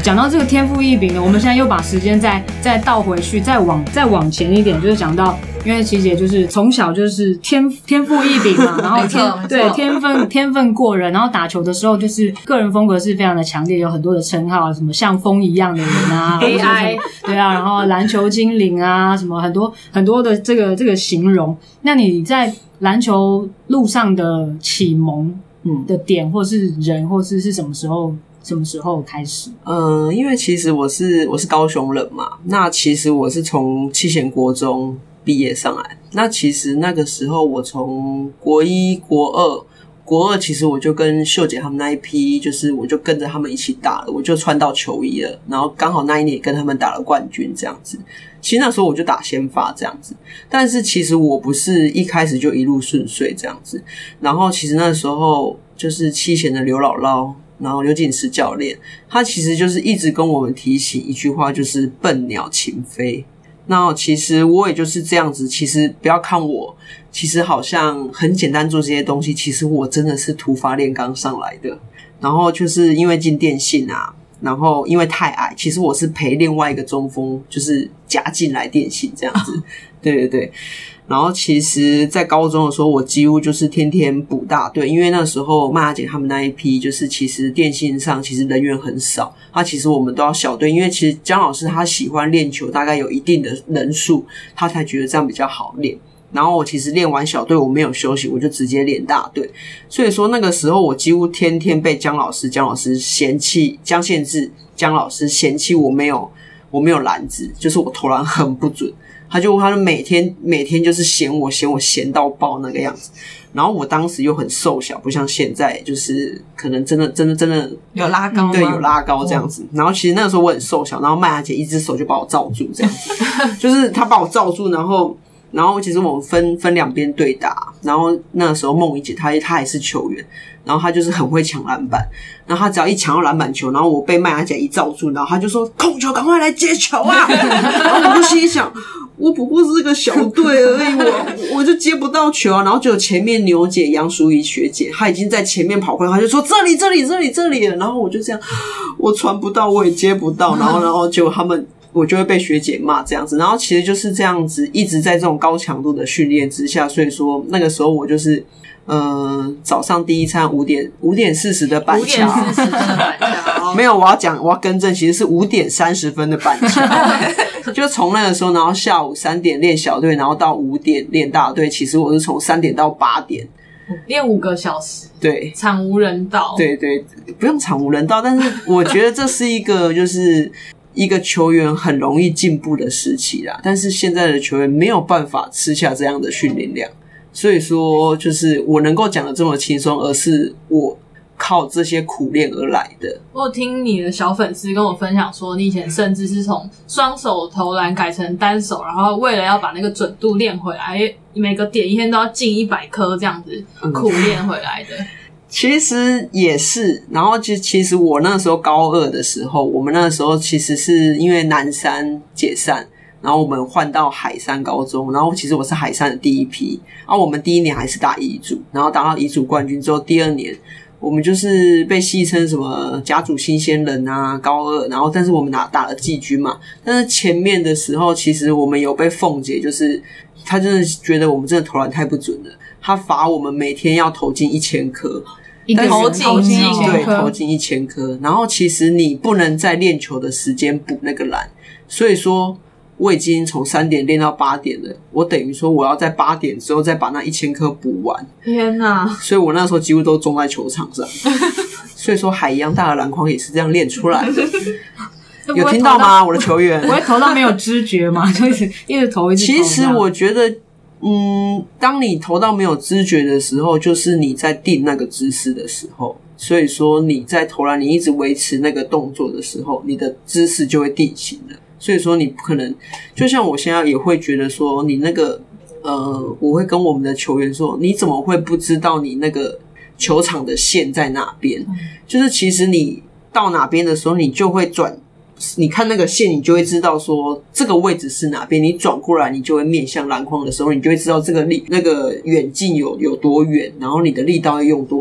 讲到这个天赋异禀呢，我们现在又把时间再倒回去，再往前一点，就是讲到，因为琪姐就是从小就是天赋异禀嘛，然后对天分过人，然后打球的时候就是个人风格是非常的强烈，有很多的称号，什么像风一样的人啊 AI 对啊，然后篮球精灵啊，什么很多的这个形容。那你在篮球路上的启蒙的点，或是人，或是什么时候开始？ 因为其实我是高雄人嘛，那其实我是从七贤国中毕业上来。那其实那个时候我从国一、国二其实我就跟秀姐他们那一批，就是我就跟着他们一起打了，我就穿到球衣了，然后刚好那一年跟他们打了冠军这样子。其实那时候我就打先发这样子，但是其实我不是一开始就一路顺遂这样子。然后其实那时候就是七贤的刘姥姥，然后刘锦池教练，他其实就是一直跟我们提醒一句话，就是笨鸟勤飞。那其实我也就是这样子，其实不要看我，其实好像很简单做这些东西，其实我真的是土法炼钢上来的。然后就是因为进电信啊，然后因为太矮，其实我是陪另外一个中锋就是加进来电信这样子。对对对。然后其实在高中的时候我几乎就是天天补大队，因为那时候麦雅姐他们那一批就是其实电信上其实人员很少，其实我们都要小队，因为其实姜老师他喜欢练球，大概有一定的人数他才觉得这样比较好练。然后我其实练完小队我没有休息，我就直接练大队，所以说那个时候我几乎天天被姜老师嫌弃，姜宪志姜老师嫌弃我没有篮子，就是我投篮很不准，他就每天就是嫌我闲到爆那个样子。然后我当时又很瘦小，不像现在就是可能真的有拉高吗？ 对，有拉高这样子。然后其实那个时候我很瘦小，然后麦雅姐一只手就把我罩住这样子，就是她把我罩住，然后其实我们分两边对打，然后那个时候梦怡姐她也是球员，然后她就是很会抢篮板，然后她只要一抢到篮板球，然后我被麦雅姐一罩住，然后她就说控球赶快来接球啊，然后我就心想我不过是个小队而已，我就接不到球啊。然后就有前面牛姐杨淑仪学姐她已经在前面跑过来，她就说这里了，然后我就这样我传不到我也接不到，然后结果我就会被学姐骂这样子。然后其实就是这样子一直在这种高强度的训练之下，所以说那个时候我就是早上第一餐5点40的板桥 5点40分的板桥没有，我要更正，其实是5点30分的板桥就从那个时候，然后下午3点练小队，然后到5点练大队，其实我是从3点到8点练5个小时， 对， 惨无人道。 对对，不用惨无人道，但是我觉得这是一个就是一个球员很容易进步的时期啦，但是现在的球员没有办法吃下这样的训练量，所以说就是我能够讲的这么轻松，而是我靠这些苦练而来的。 我有听你的小粉丝跟我分享说，你以前甚至是从双手投篮改成单手，然后为了要把那个准度练回来，每个点一天都要进100颗这样子苦练回来的。 其实也是，然后其实我那时候高2的时候，我们那时候其实是因为南山解散，然后我们换到海山高中，然后其实我是海山的第一批，然后我们第1年还是打乙组，然后打到乙组冠军之后，第2年我们就是被戏称什么甲组新鲜人啊，高2，然后但是我们打了季军嘛，但是前面的时候其实我们有被凤姐，就是她真的觉得我们真的投篮太不准了，她罚我们每天要投进1000颗。 投进对，投进1000颗。然后其实你不能在练球的时间补那个篮，所以说我已经从3点练到8点了，我等于说我要在8点之后再把那1000颗补完。 天哪！ 所以我那时候几乎都种在球场上，所以说海一样大的篮筐也是这样练出来的。有听到吗？我的球员不会投到没有知觉吗？就一直投。 其实我觉得当你投到没有知觉的时候，就是你在定那个姿势的时候，所以说你在投篮你一直维持那个动作的时候，你的姿势就会定型了。所以说你不可能，就像我现在也会觉得说你那个我会跟我们的球员说，你怎么会不知道你那个球场的线在哪边？就是其实你到哪边的时候，你就会转，你看那个线，你就会知道说这个位置是哪边。你转过来，你就会面向篮筐的时候，你就会知道这个那个远近有多远，然后你的力道要用多少。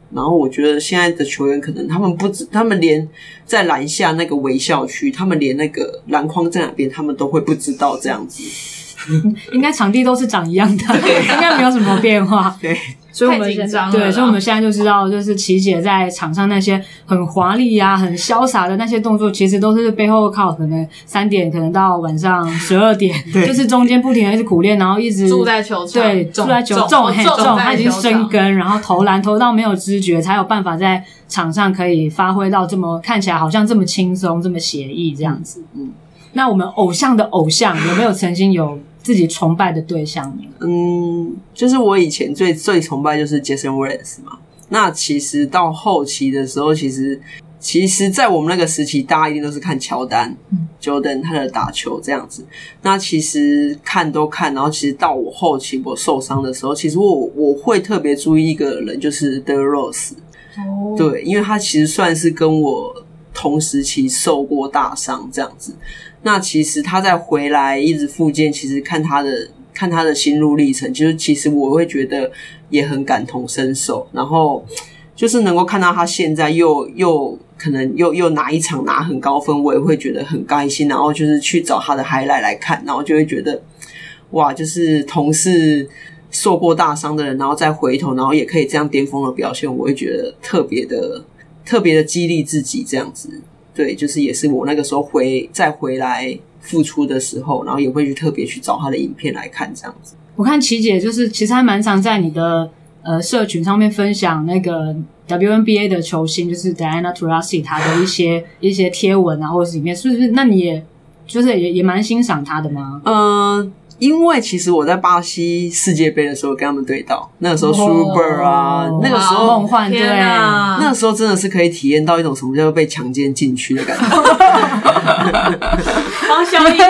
然后我觉得现在的球员可能他们连在篮下那个微笑区，他们连那个篮筐在哪边，他们都会不知道这样子。 应该场地都是长一样的，应该没有什么变化。 对， 所以我们所以我们现在就知道，就是琪姐在场上那些很华丽啊、很潇洒的那些动作，其实都是背后靠可能3点，可能到晚上12点，就是中间不停的一直苦练，然后一直住在球场， 对，住在球重，他已经生根，然后投篮投到没有知觉，才有办法在场上可以发挥到这么看起来好像这么轻松、这么写意这样子。那我们偶像的偶像有没有曾经有自己崇拜的对象呢？ 就是我以前最崇拜就是 Jason Williams 嘛。那其实到后期的时候，其实在我们那个时期，大家一定都是看乔丹、Jordan 他的打球这样子。那其实看都看，然后其实到我后期我受伤的时候，其实我会特别注意一个人，就是 Derrick Rose。对，因为他其实算是跟我同时期受过大伤这样子。那其实他再回来一直复健，其实看他的心路历程，就是其实我会觉得也很感同身受，然后就是能够看到他现在又可能又拿一场拿很高分，我也会觉得很开心，然后就是去找他的 highlight 来看，然后就会觉得哇，就是同是受过大伤的人，然后再回头，然后也可以这样巅峰的表现，我会觉得特别的激励自己这样子。对，就是也是我那个时候再回来复出的时候，然后也会去特别去找他的影片来看这样子。 我看琪姐就是其实还蛮常在你的社群上面分享那个 WNBA 的球星，就是 Diana Taurasi 她的一些贴文啊，或者是里面是不是？那你也就是也蛮欣赏她的吗？ 因为其实我在巴西世界杯的时候跟他们对到，那个时候 Super 啊，那个时候梦幻，对， 那个时候真的是可以体验到一种什么叫做被强奸禁区的感觉。 黄小颖，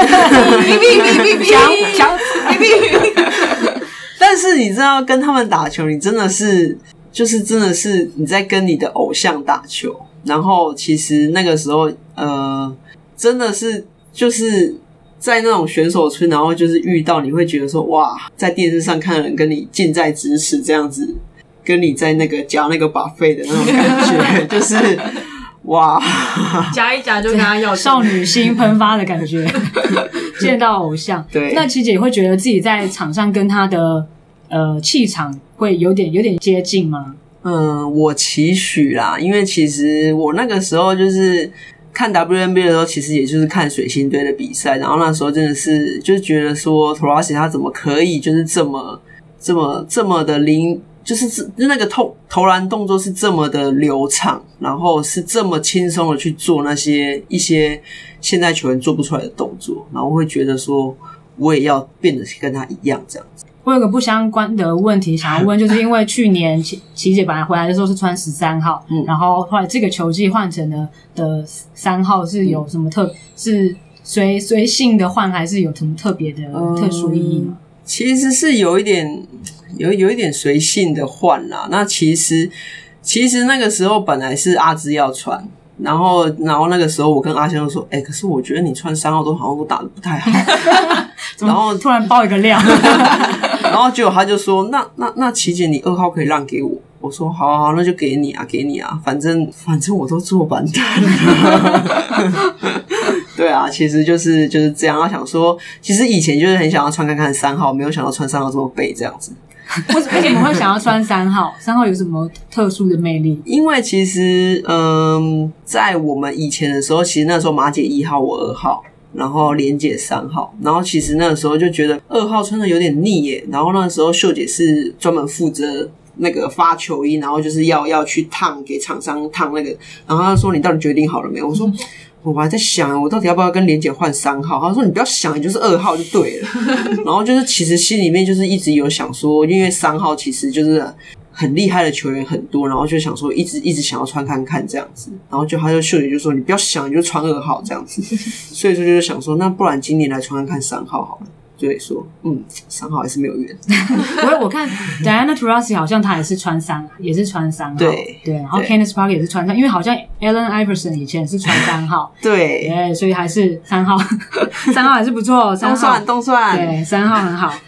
但是你知道跟他们打球，你真的是你在跟你的偶像打球，然后其实那个时候真的是就是在那种选手村，然后就是遇到你会觉得说哇，在电视上看的人跟你近在咫尺这样子，跟你在那个夹那个 buffet 的那种感觉，就是哇， 夹一夹就跟他要少女心喷发的感觉，见到偶像。 对， 那琪姐会觉得自己在场上跟她的气场会有点接近吗？ 我期许啦，因为其实我那个时候就是看 WNBA 的时候，其实也就是看水星队的比赛，然后那时候真的是就是觉得说 Taurasi 他怎么可以就是这么的就是那个投篮动作是这么的流畅，然后是这么轻松的去做那些一些现在球员做不出来的动作，然后会觉得说我也要变得跟他一样这样子。 我有个不相关的问题想要问，就是因为去年琪姐本来回来的时候是穿13号，然后后来这个球季换成的3号是有什么是随性的换，还是有什么特别的特殊意义吗？ 其实是有一点随性的换啦。那其实那个时候本来是阿芝要穿，然后那个时候我跟阿香就说，可是我觉得你穿3号好像都打得不太好，然后突然爆一个料， 然后结果他就说，那琪姐你2号可以让给我。我说好，那就给你啊，反正我都坐板凳了。对啊，其实就是这样。他想说，其实以前就是很想要穿看看3号，没有想到穿3号这么背这样子。 为什么会想要穿3号？3号有什么特殊的魅力？ 因为其实在我们以前的时候，其实那时候马姐1号，我2号。然后连姐3号，然后其实那个时候就觉得2号穿的有点腻耶。然后那个时候秀姐是专门负责那个发球衣，然后就是要去烫给厂商烫那个。然后她说：“你到底决定好了没有？”我说：“我还在想，我到底要不要跟连姐换3号？”她说：“你不要想，你就是2号就对了。”然后就是其实心里面就是一直有想说，因为3号其实就是很厉害的球员很多，然后就想说一直想要穿看看这样子，然后他就秀姐就说你不要想，你就穿2号这样子，所以说就是想说那不然今年来穿看看3号好了，所以说3号还是没有缘。 我看 Diana Taurasi 好像她也是穿3号，对，然后 Candace Parker 也是穿3，因为好像 Allen Iverson 以前也是穿3号，对，所以还是3号，3号还是不错， 东算， 对，3号很好。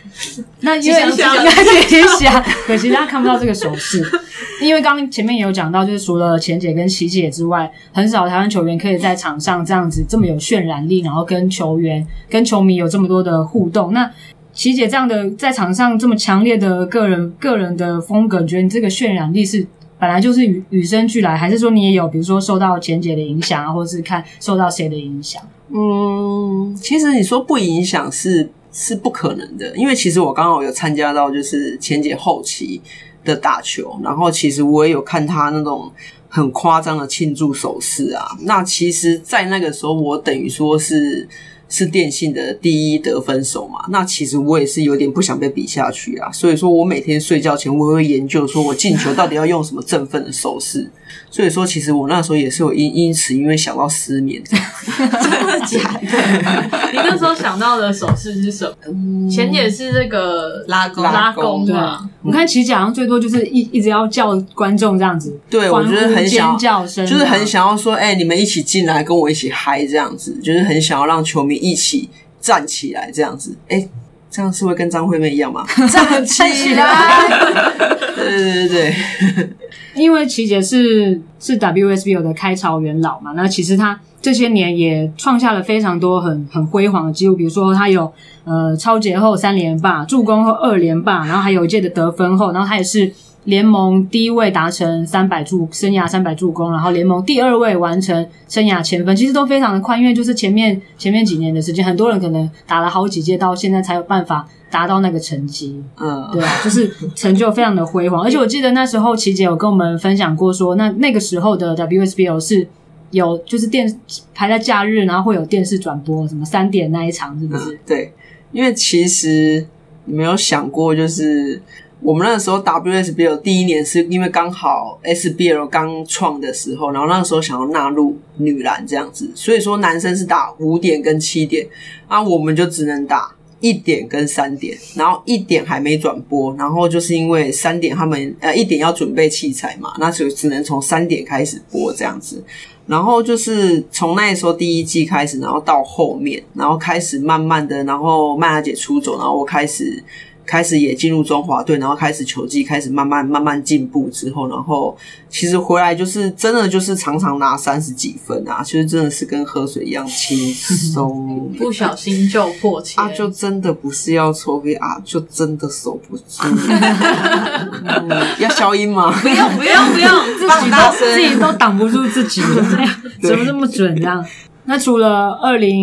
那因为吉祥，可惜大家看不到这个手势，因为刚刚前面也有讲到，就是除了钱姐跟琪姐之外，很少台湾球员可以在场上这样子这么有渲染力，然后跟球员、跟球迷有这么多的互动。那琪姐这样的在场上这么强烈的个人的风格，你觉得你这个渲染力是本来就是与生俱来，还是说你也有比如说受到钱姐的影响啊，或是看受到谁的影响？ 其实你说不影响是不可能的，因为其实我刚好有参加到就是钱姐后期的打球，然后其实我也有看她那种很夸张的庆祝手势啊。那其实在那个时候我等于说是电信的第一得分手嘛，那其实我也是有点不想被比下去啊，所以说我每天睡觉前我也会研究说我进球到底要用什么振奋的手势，所以说其实我那时候也是有因此因为想到失眠这样子。 真的假的？你那时候想到的手势是什么？钱姐是这个拉弓嘛？ 我看琪姐好像最多就是一直要叫观众这样子， 对，我觉得很想尖叫声， 就是很想要说，你们一起进来跟我一起嗨这样子，就是很想要让球迷一起站起来这样子。这样是会跟张惠妹一样吗？站起来！对。 因为琪姐是 WSBL 的开朝元老嘛，那其实她这些年也创下了非常多很辉煌的记录，比如说她有超节后3连霸，助攻后2连霸，然后还有一届的得分后，然后她也是联盟第一位达成生涯300助攻，然后联盟第2位完成生涯1000分，其实都非常的快，因为就是前面几年的时间，很多人可能打了好几届到现在才有办法达到那个成绩。对啊，就是成就非常的辉煌。而且我记得那时候琪姐有跟我们分享过说，那个时候的 WSBL 是有就是排在假日，然后会有电视转播什么3点那一场，是不是？ 对，因为其实你没有想过就是我们那时候 WSBL 第一年是因为刚好 SBL 刚创的时候，然后那个时候想要纳入女篮这样子，所以说男生是打5点跟7点，我们就只能打1点跟3点，然后1点还没转播，然后就是因为3点他们1点要准备器材嘛，那就只能从3点开始播这样子。然后就是从那时候第1季开始，然后到后面，然后开始慢慢的，然后曼雅姐出走，然后我开始也进入中华队，然后开始球技开始慢慢进步之后，然后其实回来就是真的就是常常拿30几分啊，其实真的是跟喝水一样轻松， 不小心就破千就真的不是要抽飞就真的守不住。要消音吗？ 不用， 自己都挡不住自己，怎么这么准这样？那除了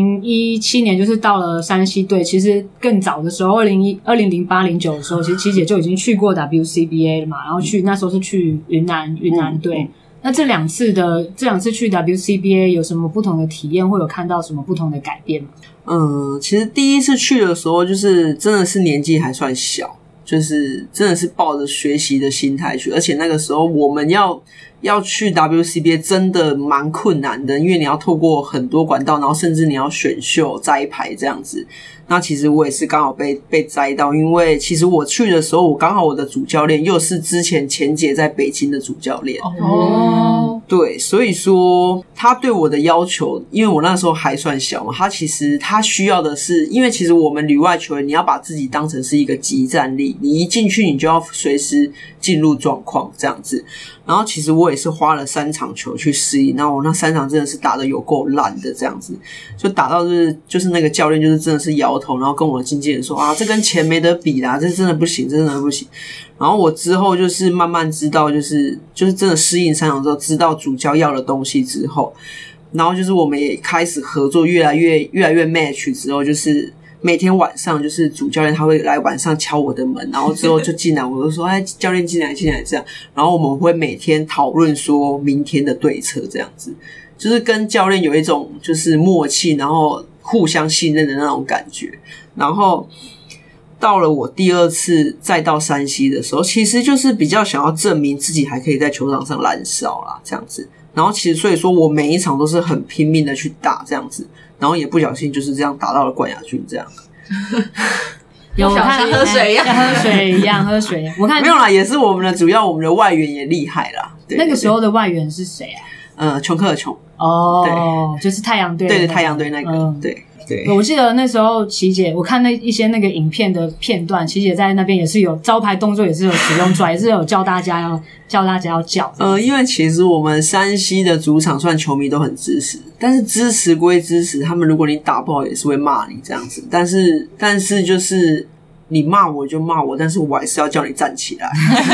2017年就是到了山西队，其实更早的时候2008、09的时候，其实琪姐就已经去过 WCBA 了嘛，然后那时候是去云南队。那这两次去 WCBA 有什么不同的体验，会有看到什么不同的改变吗？ 其实第一次去的时候，就是真的是年纪还算小，就是真的是抱着学习的心态去，而且那个时候我们要去 WCBA 真的蛮困难的，因为你要透过很多管道，然后甚至你要选秀摘牌这样子。那其实我也是刚好被摘到，因为其实我去的时候，我刚好我的主教练又是之前钱姐在北京的主教练。对，所以说他对我的要求，因为我那时候还算小嘛，他需要的是，因为其实我们旅外球员，你要把自己当成是一个即战力，你一进去你就要随时进入状况这样子。然后其实我也是花了3场球去适应，然后我那3场真的是打得有够烂的这样子，就打到就是那个教练就是真的是摇头，然后跟我的经纪人说这跟钱没得比啦，这真的不行，真的不行。然后我之后就是慢慢知道，就是真的适应3场之后，知道主教要的东西之后，然后就是我们也开始合作，越来越 match 之后，就是每天晚上就是主教练他会来晚上敲我的门，然后之后就进来，我就说教练进来这样，然后我们会每天讨论说明天的对策这样子，就是跟教练有一种就是默契，然后互相信任的那种感觉。然后到了我第2次再到山西的时候，其实就是比较想要证明自己还可以在球场上燃烧啦这样子。然后其实所以说我每一场都是很拼命的去打这样子，然后也不小心就是这样打到了冠亚军这样。 有看喝水一样喝水。我看没有啦，也是我们的外援也厉害啦。对， 那个时候的外援是谁啊？ 琼克尔琼。 对，就是太阳队。 对，太阳队那个。对。 对， 我记得那时候琪姐，我看一些那个影片的片段，琪姐在那边也是有招牌动作，也是有使用出来，也是有教大家要叫。 因为其实我们山西的主场虽然球迷都很支持，但是支持归支持，他们如果你打不好也是会骂你这样子。但是就是你骂我就骂我，但是我还是要叫你站起来。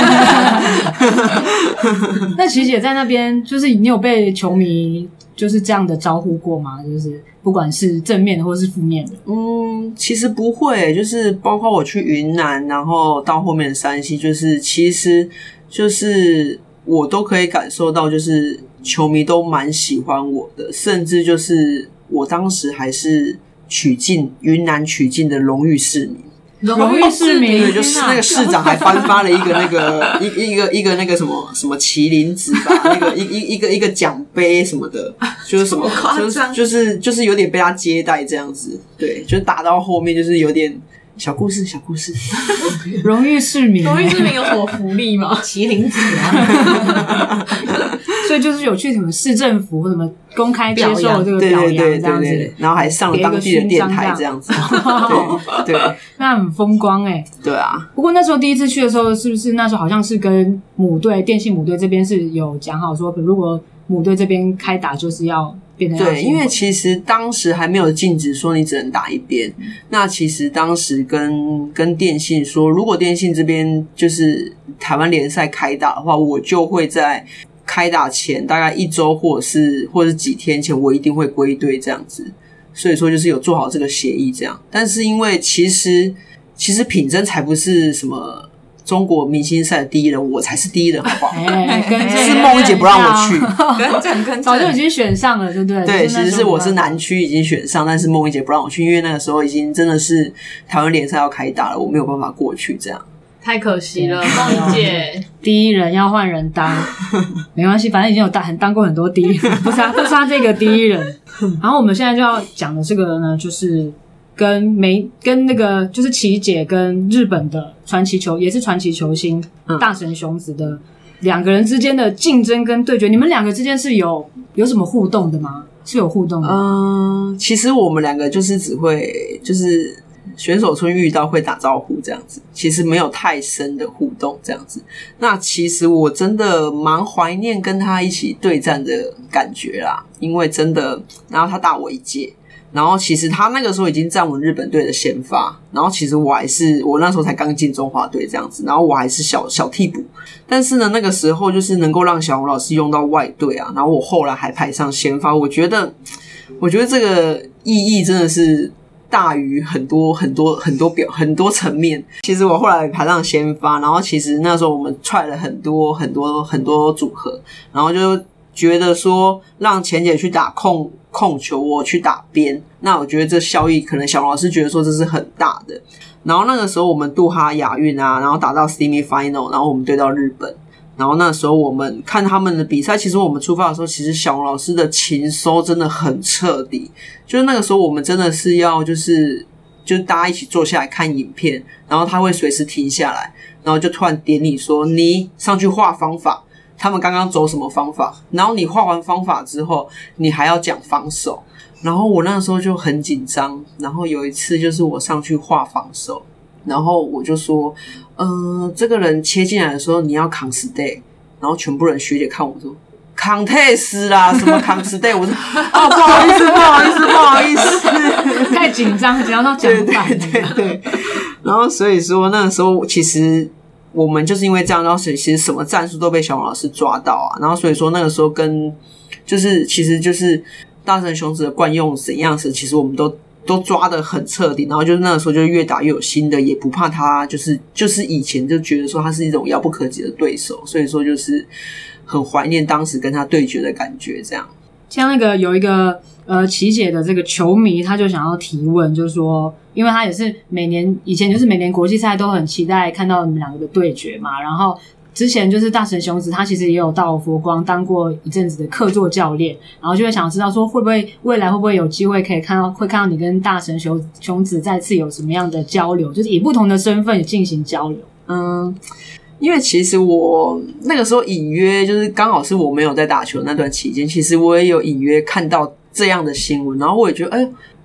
那琪姐在那边，就是你有被球迷就是这样的招呼过吗？就是不管是正面的或是负面的。 其实不会，就是包括我去云南，然后到后面的山西，就是其实就是我都可以感受到，就是球迷都蛮喜欢我的，甚至就是我当时还是云南取进的荣誉市民。 荣誉市民， 对，就是那个市长还颁发了一个那个一个那个什么麒麟纸吧，那个一个奖杯什么的，就是什么就是有点被他接待这样子，对，就是打到后面就是有点小故事。 荣誉市民， 荣誉市民有什么福利吗？ 麒麟子啊， 所以就是有去什么市政府或什么公开接受这个表扬这样子， 然后还上了当地的电台这样子，对， 那很风光欸。 对啊。 不过那时候第一次去的时候，是不是那时候好像是跟电信母队这边是有讲好说，如果母队这边开打就是要变成对，因为其实当时还没有禁止说你只能打一边。那其实当时跟电信说，如果电信这边就是台湾联赛开打的话，我就会在开打前大概1周或者是几天前，我一定会归队这样子。所以说就是有做好这个协议这样。但是因为其实品珍才不是什么中国明星赛的第一人，我才是第一人，好不好？是梦一姐不让我去， 跟正早就已经选上了，对不对？ 对，其实是我是南区已经选上，但是梦一姐不让我去，因为那个时候已经真的是台湾联赛要开打了，我没有办法过去，这样太可惜了。梦一姐第一人要换人当，没关系，反正已经有当过很多第一人，不是他这个第一人。然后我们现在就要讲的这个呢，就是跟那个就是琪姐跟日本的也是传奇球星大神雄子的两个人之间的竞争跟对决，你们两个之间是有什么互动的吗？是有互动的。 其实我们两个就是只会就是选手村遇到会打招呼这样子，其实没有太深的互动这样子。那其实我真的蛮怀念跟他一起对战的感觉啦，因为真的，然后他大我一届。然后其实他那个时候已经站稳日本队的先发，然后其实我那时候才刚进中华队这样子，然后我还是小替补，但是呢那个时候就是能够让小洪老师用到外队啊，然后我后来还排上先发，我觉得这个意义真的是大于很多层面。其实我后来排上先发，然后其实那时候我们踹了很多组合，然后就觉得说让钱姐去打控球，我去打边，那我觉得这效益可能小老师觉得说这是很大的。然后那个时候我们杜哈亚运啊，然后打到 semi final， 然后我们对到日本，然后那时候我们看他们的比赛，其实我们出发的时候，其实小龙老师的情收真的很彻底，就是那个时候我们真的是要就是大家一起坐下来看影片，然后他会随时停下来，然后就突然点你说你上去画方法，他们刚刚走什么方法，然后你画完方法之后你还要讲防守，然后我那时候就很紧张，然后有一次就是我上去画防守，然后我就说这个人切进来的时候你要扛 stay， 然后全部人学姐看我说扛 test 啦，什么扛 stay， 我说不好意思太紧张到讲反。 对，然后所以说那个时候其实我们就是因为这样，然后其实什么战术都被小王老师抓到啊，然后所以说那个时候其实就是大神雄子的惯用怎样子，其实我们都抓得很彻底，然后就是那个时候就越打越有心的，也不怕他就是以前就觉得说他是一种遥不可及的对手，所以说就是很怀念当时跟他对决的感觉这样。 像那个有一个琪姐的这个球迷，他就想要提问，就是说，因为他也是以前就是每年国际赛都很期待看到你们两个的对决嘛，然后之前就是大神雄子他其实也有到佛光当过一阵子的客座教练，然后就会想知道说未来会不会有机会可以看到你跟大神雄子再次有什么样的交流，就是以不同的身份进行交流。 因为其实我那个时候隐约就是刚好是我没有在打球那段期间，其实我也有隐约看到这样的新闻，然后我也觉得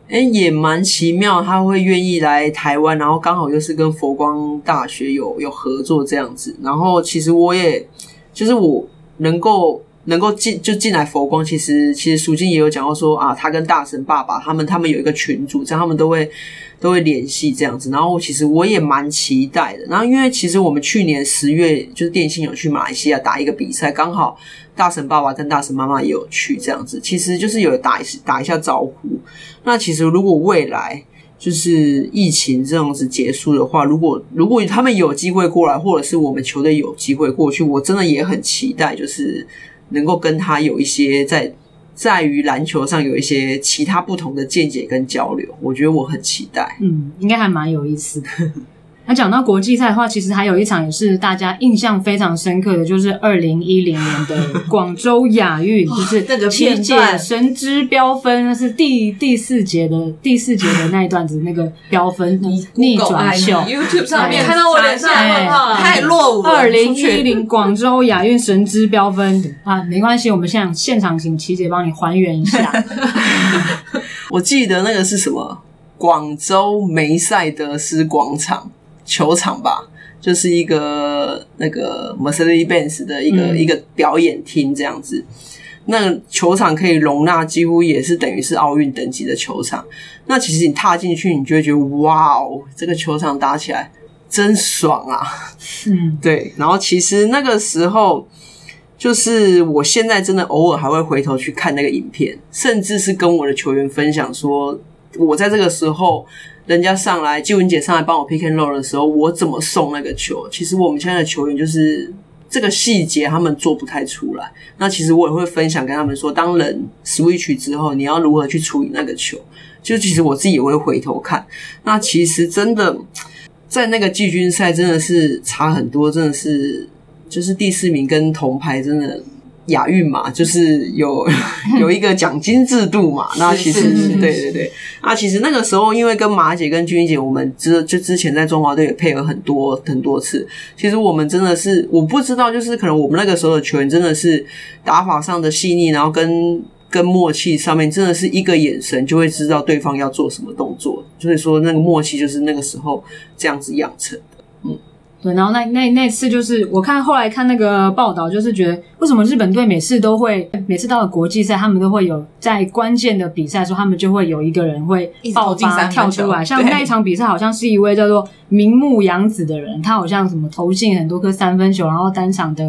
也蛮奇妙，他会愿意来台湾，然后刚好又是跟佛光大学有合作这样子。然后其实我也就是我能够进来佛光，其实淑静也有讲到说啊，他跟大神爸爸他们有一个群组，这样他们都会联系这样子。然后其实我也蛮期待的。然后因为其实我们去年10月就是电信有去马来西亚打一个比赛，刚好大神爸爸跟大神妈妈也有去这样子，其实就是有打一下招呼。那其实如果未来就是疫情这样子结束的话，如果他们有机会过来，或者是我们球队有机会过去，我真的也很期待，就是能够跟他有一些在于篮球上有一些其他不同的见解跟交流，我觉得我很期待。 应该还蛮有意思的。那讲到国际赛的话，其实还有一场也是大家印象非常深刻的，就是2010年的广州亚运，就是7届神之标分，那是第四节的那一段子那个标分逆转秀 ，YouTube 上面看到我脸上问号了， 太落伍了。 2010广州亚运神之标分啊，没关系，我们现场请琪姐帮你还原一下。 我记得那个是什么？广州梅赛德斯广场球场吧，就是一个那个 Mercedes-Benz 的一个表演厅这样子。那个球场可以容纳几乎也是等于是奥运等级的球场。那其实你踏进去，你就会觉得哇哦，这个球场打起来真爽啊！对。然后其实那个时候，就是我现在真的偶尔还会回头去看那个影片，甚至是跟我的球员分享说，我在这个时候。人家上来，纪文姐上来帮我 pick and roll 的时候，我怎么送那个球？其实我们现在的球员就是这个细节他们做不太出来。那其实我也会分享跟他们说，当人 switch 之后，你要如何去处理那个球？就其实我自己也会回头看。那其实真的在那个季军赛真的是差很多，真的是就是第4名跟铜牌真的。亚运嘛，就是有一个奖金制度嘛。那其实对，那其实那个时候，因为跟马姐跟君姐，我们之前在中华队也配合很多次。其实我们真的是，我不知道，就是可能我们那个时候的球员真的是打法上的细腻，然后跟默契上面，真的是一个眼神就会知道对方要做什么动作。所以说，那个默契就是那个时候这样子养成的。 对，然后那次就是我后来看那个报道，就是觉得为什么日本队每次到了国际赛，他们都会有在关键的比赛的时候，他们就会有一个人会爆发跳出来。像那一场比赛，好像是一位叫做铃木洋子的人，他好像什么投进很多颗3分球，然后单场得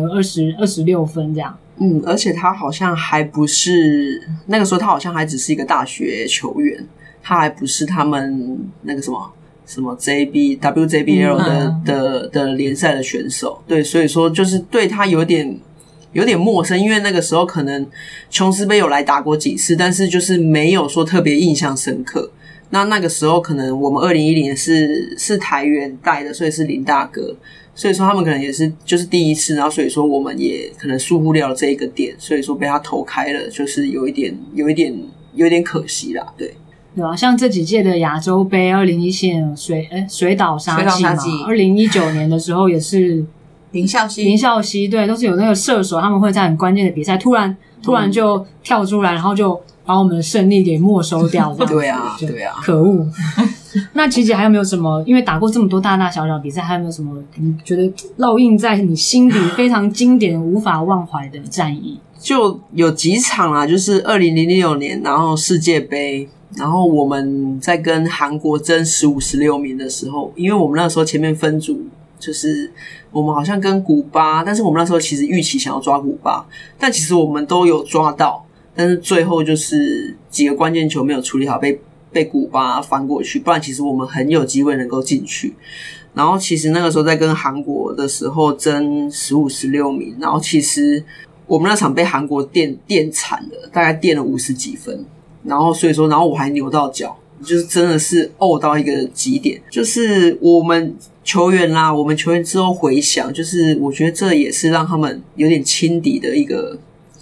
26分这样。 而且他好像还不是那个时候，他好像还只是一个大学球员，他还不是他们那个什么 WJBL 的联赛的选手。对，所以说就是对他有点陌生，因为那个时候可能琼斯杯有来打过几次，但是就是没有说特别印象深刻。那个时候可能我们2010是台元带的，所以是林大哥，所以说他们可能也是就是第一次，然后所以说我们也可能疏忽掉了这一个点，所以说被他投开了，就是有一点可惜啦。对啊，像这几届的亚洲杯，2017年水岛沙纪嘛，2019年的时候也是林孝熙， 对，都是有那个射手，他们会在很关键的比赛突然就跳出来，然后就把我们的胜利给没收掉。 对啊， 可恶。那琪姐还有没有什么？因为打过这么多大大小小比赛，还有没有什么你觉得烙印在你心底非常经典、无法忘怀的战役？ 就有几场啦，就是2006年，然后世界杯。然后我们在跟韩国争15、16名的时候，因为我们那时候前面分组，就是我们好像跟古巴，但是我们那时候其实预期想要抓古巴，但其实我们都有抓到，但是最后就是几个关键球没有处理好，被古巴翻过去，不然其实我们很有机会能够进去。然后其实那个时候在跟韩国的时候争15、16名，然后其实我们那场被韩国电惨了，大概电了50几分。然后所以说，然后我还扭到脚，就是真的是到一个极点。就是我们球员之后回想，就是我觉得这也是让他们有点轻敌的一个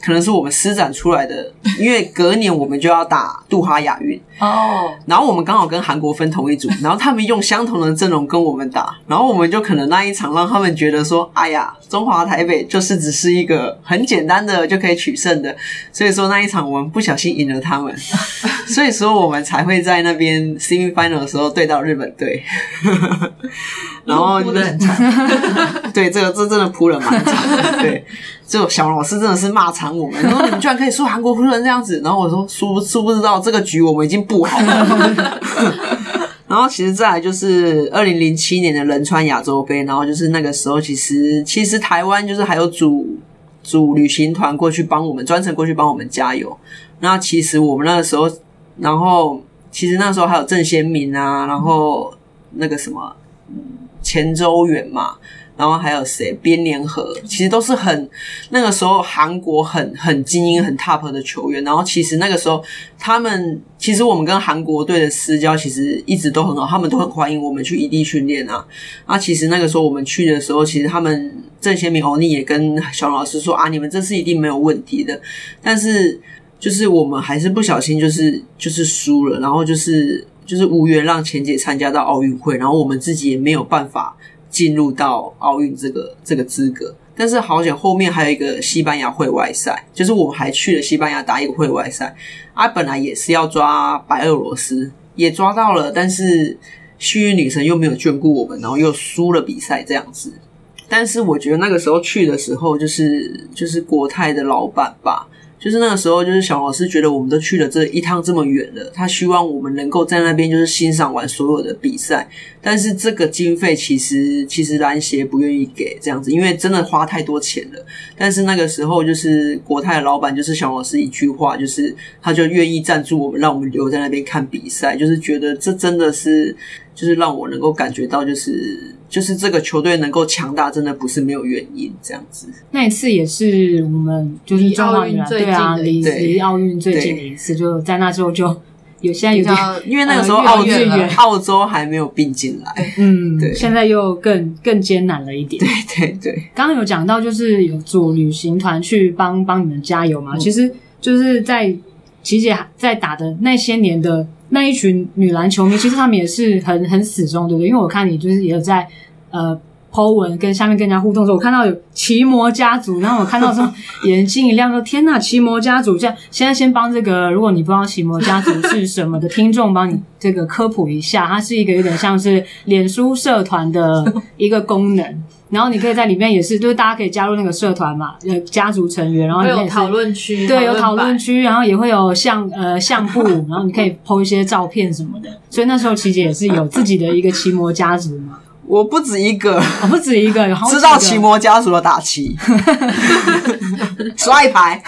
可能是我们施展出来的，因为隔年我们就要打杜哈亚运哦， 然后我们刚好跟韩国分同一组，然后他们用相同的阵容跟我们打，然后我们就可能那一场让他们觉得说，哎呀，中华台北就是只是一个很简单的就可以取胜的，所以说那一场我们不小心赢了他们，所以说我们才会在那边 semi final 的时候对到日本队，然后哭得很惨， 对，这真的扑了蛮惨的，对。这个小老师真的是骂惨我们，然后你们居然可以输韩国扑成这样子，然后我说殊不知道这个局我们已经布好了。然后其实再来就是2007年的仁川亚洲杯，然后就是那个时候其实台湾就是还有组旅行团过去帮我们，专程过去帮我们加油。那其实我们那个时候，然后其实那时候还有郑先明啊，然后那个什么前周远嘛。然后还有谁边联合，其实都是那个时候韩国很精英很 top 的球员，然后其实那个时候其实我们跟韩国队的私交其实一直都很好，他们都很欢迎我们去异地训练啊。其实那个时候我们去的时候，其实他们郑先明欧尼也跟小老师说啊，你们这次一定没有问题的，但是就是我们还是不小心就是输了，然后就是无缘让钱姐参加到奥运会，然后我们自己也没有办法进入到奥运这个资格，但是好险后面还有一个西班牙会外赛，就是我们还去了西班牙打一个会外赛本来也是要抓白俄罗斯，也抓到了，但是幸运女神又没有眷顾我们，然后又输了比赛这样子。但是我觉得那个时候去的时候，就是国泰的老板吧，就是那个时候，就是小老师觉得我们都去了这一趟这么远了，他希望我们能够在那边就是欣赏完所有的比赛，但是这个经费其实篮协不愿意给这样子，因为真的花太多钱了。但是那个时候就是国泰的老板就是小老师一句话，就是他就愿意赞助我们，让我们留在那边看比赛，就是觉得这真的是就是让我能够感觉到就是这个球队能够强大，真的不是没有原因这样子。 那一次也是我们就是中华女篮对啊，离奥运最近的一次，就在那之后就现在有点， 因为那个时候澳洲还没有并进来，对， 现在又更艰难了一点。 对。 刚刚有讲到就是有组旅行团去帮你们加油嘛，其实就是在琪姐在打的那些年的那一群女篮球迷，其实他们也是很死忠，对不对？因为我看你就是也有在po 文跟下面跟人家互动的时候，我看到有奇摩家族，然后我看到说眼睛一亮说天哪，奇摩家族，这样现在先帮这个如果你不知道奇摩家族是什么的听众帮你这个科普一下，它是一个有点像是脸书社团的一个功能，然后你可以在里面也是就是大家可以加入那个社团嘛，家族成员，然后里面会有讨论区， 对，有讨论区，然后也会有相簿，然后你可以 po 一些照片什么的，所以那时候琪姐也是有自己的一个奇摩家族嘛。 我不止一个， 不止一个，有好几个。 知道奇摩家族的打旗，刷一排，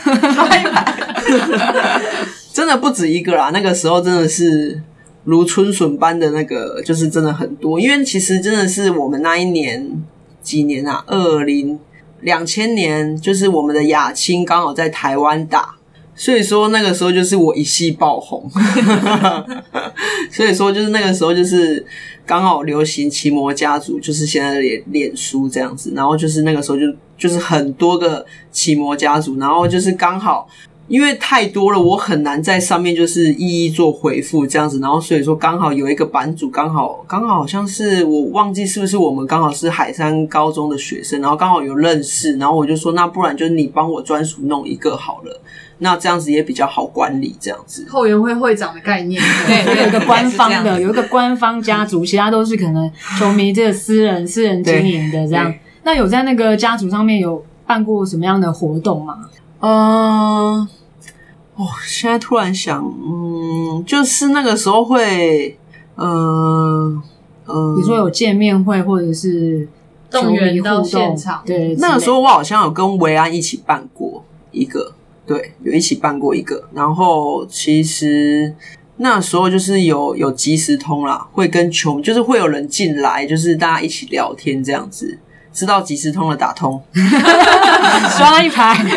真的不止一个啦。那个时候真的是如春笋般的那个，就是真的很多。因为其实真的是我们那一年几年啊，2000年，就是我们的亚青刚好在台湾打。所以说那个时候就是我一系爆红，所以说就是那个时候就是刚好流行奇摩家族，就是现在的脸书这样子，然后就是那个时候就是很多个奇摩家族，然后就是刚好因为太多了，我很难在上面就是一一做回复这样子，然后所以说刚好有一个版主刚好好像是我忘记是不是我们刚好是海山高中的学生，然后刚好有认识，然后我就说那不然就你帮我专属弄一个好了。那这样子也比较好管理，这样子后援会会长的概念， 对，有一个官方的，有一个官方家族，其他都是可能球迷这个私人经营的这样。那有在那个家族上面有办过什么样的活动吗？ 现在突然想，就是那个时候会，比如说有见面会或者是动员到现场， 对， 那个时候我好像有跟维安一起办过一个。对，有一起办过一个，然后其实那时候就是有即时通啦，会跟球就是会有人进来，就是大家一起聊天这样子。知道即时通的打通， 刷一排。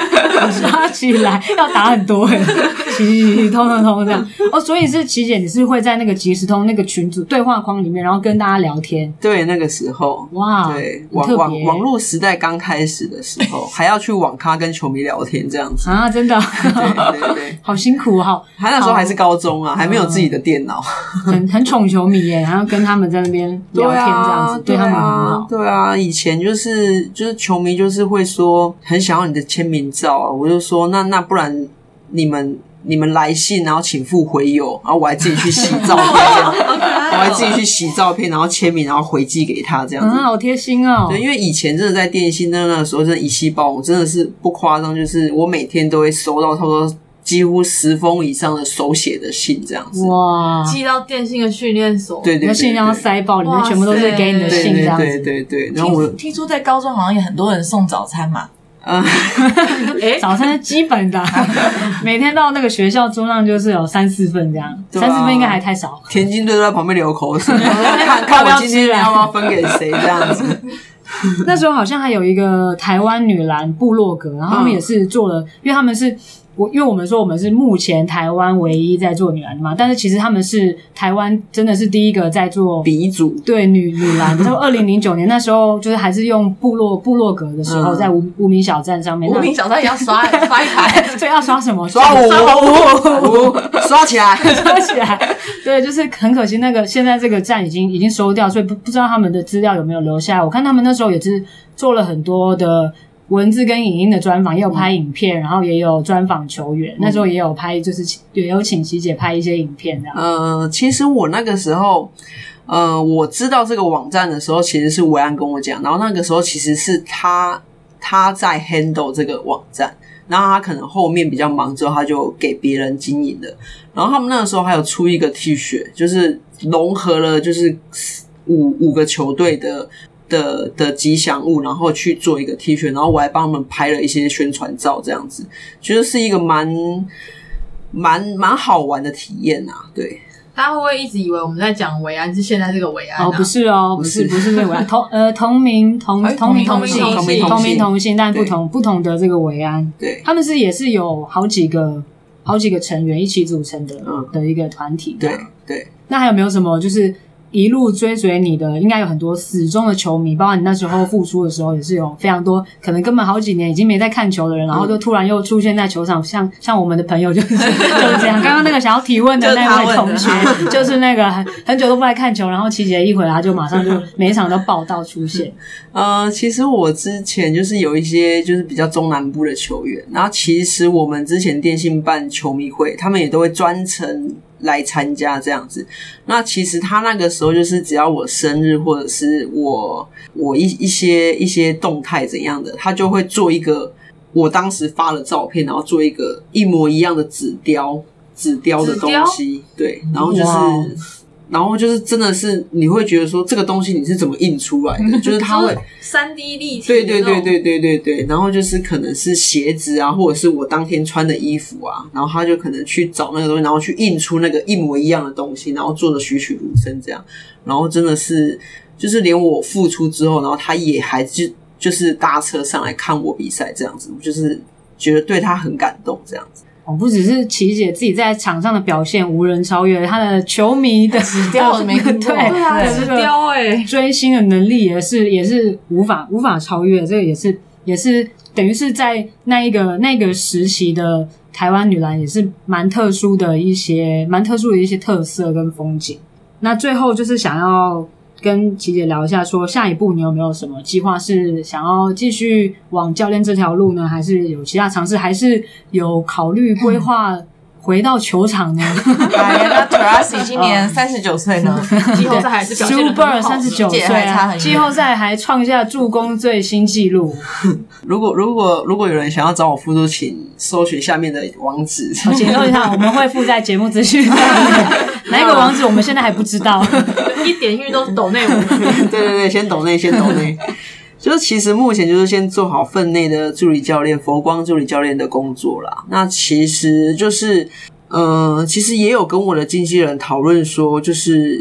刷起来要打很多洗通这样。所以是琪姐，你是会在那个即时通那个群组对话框里面，然后跟大家聊天。 对，那个时候， 哇， 对，网络时代刚开始的时候，还要去网咖跟球迷聊天这样子啊，真的， 对， 好辛苦哦。 还那时候还是高中啊，还没有自己的电脑， 很宠球迷耶，然后跟他们在那边聊天这样子，对他们很好。 对啊，以前就是球迷就是会说很想要你的签名照啊，我就说那不然你们来信，然后请附回邮，然后我还自己去洗照片这样，我还自己去洗照片，然后签名，然后回寄给他这样子。 好贴心哦。 对，因为以前真的在电信那个时候，真的一夕爆红，真的是不夸张，就是我每天都会收到差不多几乎10封以上的手写的信这样子。 哇！ 寄到电信的训练所， 对， 那信要塞爆，里面全部都是给你的信这样子。 对。然后我听说在高中好像也很多人送早餐嘛。 早餐是基本的，每天到那个学校桌上就是有3-4份这样，3-4份应该还太少。 田径队都在旁边流口水，看我今天要不要分给谁这样子。 那时候好像还有一个台湾女篮部落格，然后他们也是做了，因为他们是因为我们说我们是目前台湾唯一在做女篮的嘛，但是其实他们是台湾真的是第一个在做鼻祖， 对女篮。然后2009年那时候就是还是用部落格的时候，在无名小站上面， 无名小站也要刷一排， 对，要刷什么？ 刷五，刷起来， 刷起来。对，就是很可惜，那个现在这个站已经收掉，所以不知道他们的资料有没有留下来。我看他们那时候也是做了很多的文字跟影音的专访，也有拍影片，然后也有专访球员。那时候也有拍，就是也有请琪姐拍一些影片这样。 其实我那个时候，我知道这个网站的时候，其实是维安跟我讲，然后那个时候其实是他在 handle 这个网站，然后他可能后面比较忙之后，他就给别人经营了。然后他们那个时候还有出一个 T 恤，就是融合了就是五个球队的吉祥物，然后去做一个 T 恤，然后我还帮他们拍了一些宣传照，这样子，觉得是一个蛮好玩的体验啊。对， 大家会不会一直以为我们在讲维安是现在这个维安啊？ 不是哦，不是那个维安，同名同姓，但不同的这个维安， 对， 他们也是有好几个成员一起组成的一个团体。 对。 那还有没有什么就是一路追随你的，应该有很多死忠的球迷，包括你那时候复出的时候，也是有非常多可能根本好几年已经没在看球的人，然后就突然又出现在球场，像我们的朋友就是这样。刚刚那个想要提问的那位同学，就是那个很久都不来看球，然后琪姐一回来就马上就每一场都报道出现。 其实我之前就是有一些就是比较中南部的球员，然后其实我们之前电信办球迷会，他们也都会专程来参加这样子。那其实他那个时候就是只要我生日或者是我一些动态怎样的，他就会做一个我当时发的照片，然后做一个一模一样的纸雕的东西，对，然后就是真的是你会觉得说这个东西你是怎么印出来的，就是它会 3D 立体， 对，然后就是可能是鞋子啊，或者是我当天穿的衣服啊，然后他就可能去找那个东西，然后去印出那个一模一样的东西，然后做的栩栩如生这样，然后真的是就是连我复出之后，然后他也还就是搭车上来看我比赛这样子，就是觉得对他很感动这样子。 不只是琪姐自己在场上的表现无人超越，她的球迷的纸雕没听过， 对啊，纸雕追星的能力也是无法超越，这个也是等于是在那个时期的台湾女篮也是蛮特殊的一些特色跟风景。那最后就是想要跟琪姐聊一下，说下一步你有没有什么计划，是想要继续往教练这条路呢，还是有其他尝试，还是有考虑规划回到球场呢？ 那 Taurasi 今年39岁呢， 季后赛还是表现得很好 ，Super 39岁啊，季后赛还创下助攻最新纪录。 如果有人想要找我复出，请搜寻下面的网址。 请搜一下，我们会附在节目资讯上面。哪一个网址我们现在还不知道， 一点进去都是抖内我们。 对，先抖内。就是其实目前就是先做好分内的助理教练、佛光助理教练的工作啦。那其实就是其实也有跟我的经纪人讨论说，就是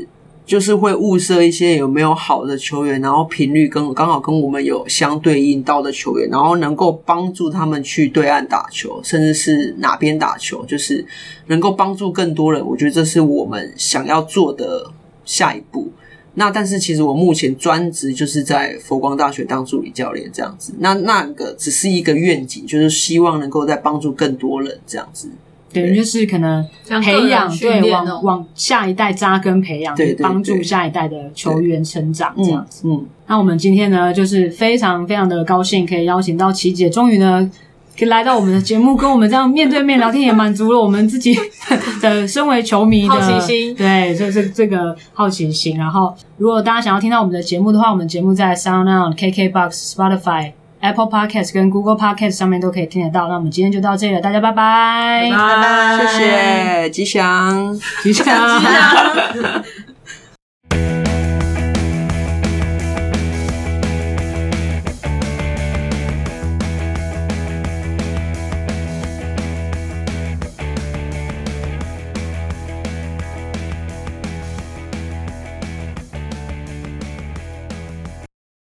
就是会物色一些有没有好的球员，然后频率刚好跟我们有相对应到的球员，然后能够帮助他们去对岸打球，甚至是哪边打球，就是能够帮助更多人。我觉得这是我们想要做的下一步。那但是其实我目前专职就是在佛光大学当助理教练这样子，那个只是一个愿景，就是希望能够再帮助更多人这样子。 对，就是可能培养，对，往下一代扎根培养， 对， 帮助下一代的球员成长这样子。那我们今天呢，就是非常非常的高兴，可以邀请到琦姐，终于呢可以来到我们的节目，跟我们这样面对面聊天，也满足了我们自己的身为球迷的好奇心。 对，这个好奇心。然后，如果大家想要听到我们的节目的话，我们节目在 SoundOn、KKBox、Spotify、Apple Podcast 跟 Google Podcast 上面都可以听得到。那我们今天就到这里了，大家拜拜， 拜拜，谢谢，吉祥， 吉祥。